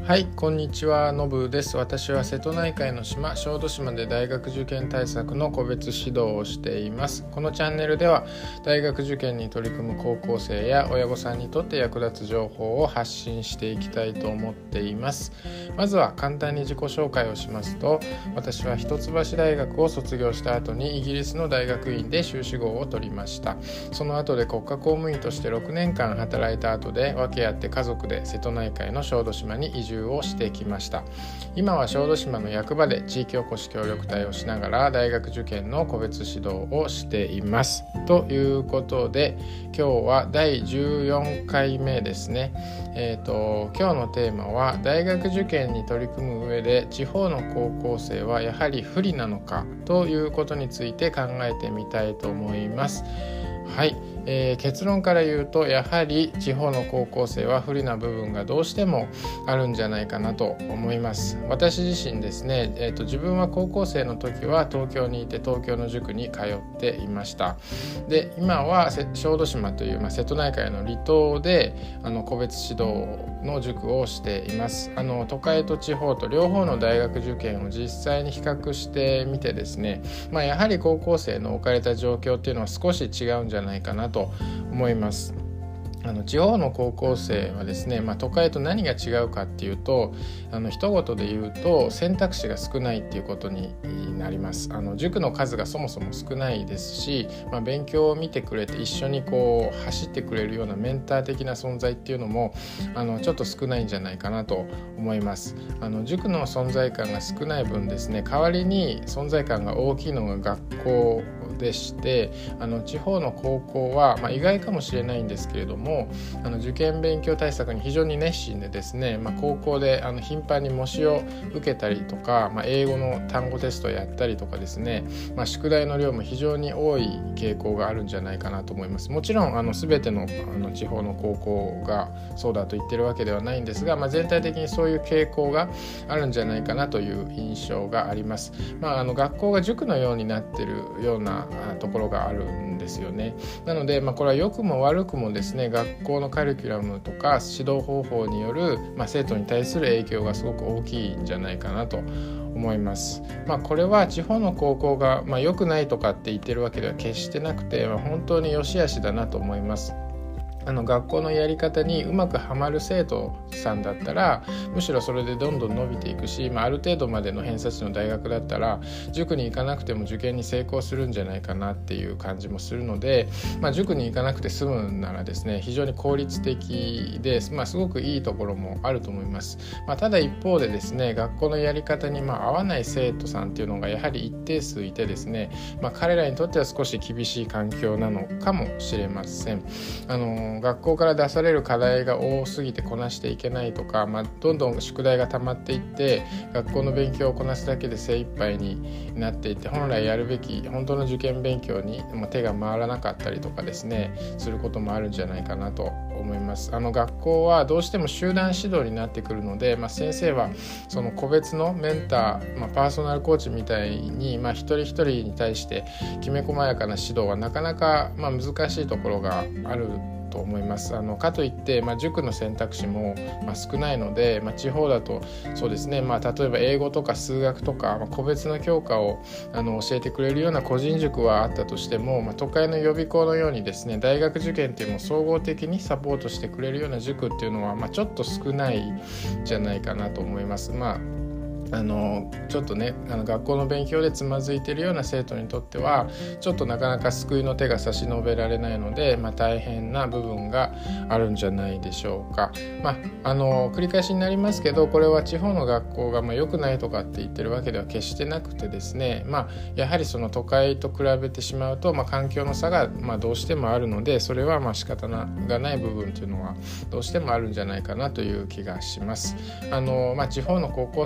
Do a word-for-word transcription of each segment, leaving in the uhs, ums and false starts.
はい、こんにちは、のぶです。私は瀬戸内海の島、小豆島で大学受験対策の個別指導をしています。このチャンネルでは大学受験に取り組む高校生や親御さんにとって役立つ情報を発信していきたいと思っています。まずは簡単に自己紹介をしますと、私は一橋大学を卒業した後にイギリスの大学院で修士号を取りました。その後で国家公務員としてろくねんかん働いた後で訳あって家族で瀬戸内海の小豆島に移住をしてきました。今は小豆島の役場で地域おこし協力隊をしながら大学受験の個別指導をしています。ということで今日はだいじゅうよんかいめですね。えーと、今日のテーマは大学受験に取り組む上で地方の高校生はやはり不利なのかということについて考えてみたいと思います。はい、えー、結論から言うとやはり地方の高校生は不利な部分がどうしてもあるんじゃないかなと思います。私自身ですね、えーと、自分は高校生の時は東京にいて東京の塾に通っていました。で、今は小豆島という、まあ、瀬戸内海の離島であの個別指導の塾をしています。あの都会と地方と両方の大学受験を実際に比較してみてですね、まあ、やはり高校生の置かれた状況っていうのは少し違うんじゃないかなと思います。あの地方の高校生はですね、まあ、都会と何が違うかっていうと、あの一言で言うと選択肢が少ないっていうことになります。あの塾の数がそもそも少ないですし、まあ、勉強を見てくれて一緒にこう走ってくれるようなメンター的な存在っていうのもあのちょっと少ないんじゃないかなと思います。あの塾の存在感が少ない分ですね、代わりに存在感が大きいのが学校でして、あの地方の高校は、まあ、意外かもしれないんですけれども、あの受験勉強対策に非常に熱心でですね、まあ、高校であの頻繁に模試を受けたりとか、まあ、英語の単語テストをやったりとかですね、まあ、宿題の量も非常に多い傾向があるんじゃないかなと思います。もちろんあの全ての、あの地方の高校がそうだと言ってるわけではないんですが、まあ、全体的にそういう傾向があるんじゃないかなという印象があります。まあ、あの学校が塾のようになってるようなところがあるんですよね。なので、まあ、これは良くも悪くもですね、学校のカリキュラムとか指導方法による、まあ、生徒に対する影響がすごく大きいんじゃないかなと思います。まあ、これは地方の高校が、まあ、良くないとかって言ってるわけでは決してなくて、まあ、本当に良し悪しだなと思います。あの学校のやり方にうまくはまる生徒さんだったらむしろそれでどんどん伸びていくし、まあ、ある程度までの偏差値の大学だったら塾に行かなくても受験に成功するんじゃないかなっていう感じもするので、まあ、塾に行かなくて済むならですね、非常に効率的で、まあ、すごくいいところもあると思います。まあ、ただ一方でですね、学校のやり方にまあ合わない生徒さんっていうのがやはり一定数いてですね、まあ、彼らにとっては少し厳しい環境なのかもしれません。あの学校から出される課題が多すぎてこなしていけないとか、まあ、どんどん宿題が溜まっていって学校の勉強をこなすだけで精一杯になっていて、本来やるべき本当の受験勉強に手が回らなかったりとかですねすることもあるんじゃないかなと思います。あの学校はどうしても集団指導になってくるので、まあ、先生はその個別のメンター、まあ、パーソナルコーチみたいに、まあ、一人一人に対してきめ細やかな指導はなかなか、まあ、難しいところがあると思います。あのかといって、まあ、塾の選択肢も、まあ、少ないので、まあ、地方だとそうですね、まあ、例えば英語とか数学とか、まあ、個別の教科をあの教えてくれるような個人塾はあったとしても、まあ、都会の予備校のようにですね大学受験っていうのを総合的にサポートしてくれるような塾っていうのは、まあ、ちょっと少ないんじゃないかなと思います。まああのちょっとねあの学校の勉強でつまずいているような生徒にとってはちょっとなかなか救いの手が差し伸べられないので、まあ、大変な部分があるんじゃないでしょうか。まあ、あの繰り返しになりますけど、これは地方の学校がまあ良くないとかって言ってるわけでは決してなくてですね、まあ、やはりその都会と比べてしまうと、まあ、環境の差がまあどうしてもあるので、それはまあ仕方がない部分というのはどうしてもあるんじゃないかなという気がします。あの、まあ、地方の高校生はですね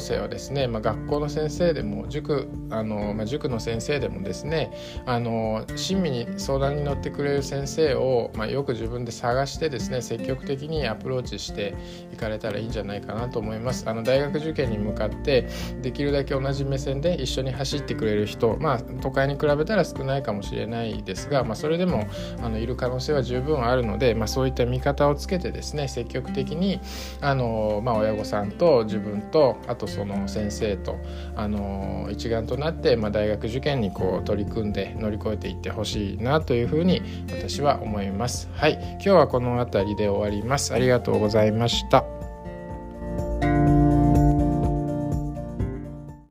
ですね、まあ、学校の先生でも塾あの、まあ、塾の先生でもですね、あの親身に相談に乗ってくれる先生を、まあ、よく自分で探してですね、積極的にアプローチしていかれたらいいんじゃないかなと思います。あの大学受験に向かってできるだけ同じ目線で一緒に走ってくれる人、まあ、都会に比べたら少ないかもしれないですが、まあ、それでもあのいる可能性は十分あるので、まあ、そういった見方をつけてですね、積極的にあの、まあ、親御さんと自分とあとその先生とあの一丸となって、まあ、大学受験にこう取り組んで乗り越えていってほしいなというふうに私は思います。はい、今日はこの辺りで終わります。ありがとうございました。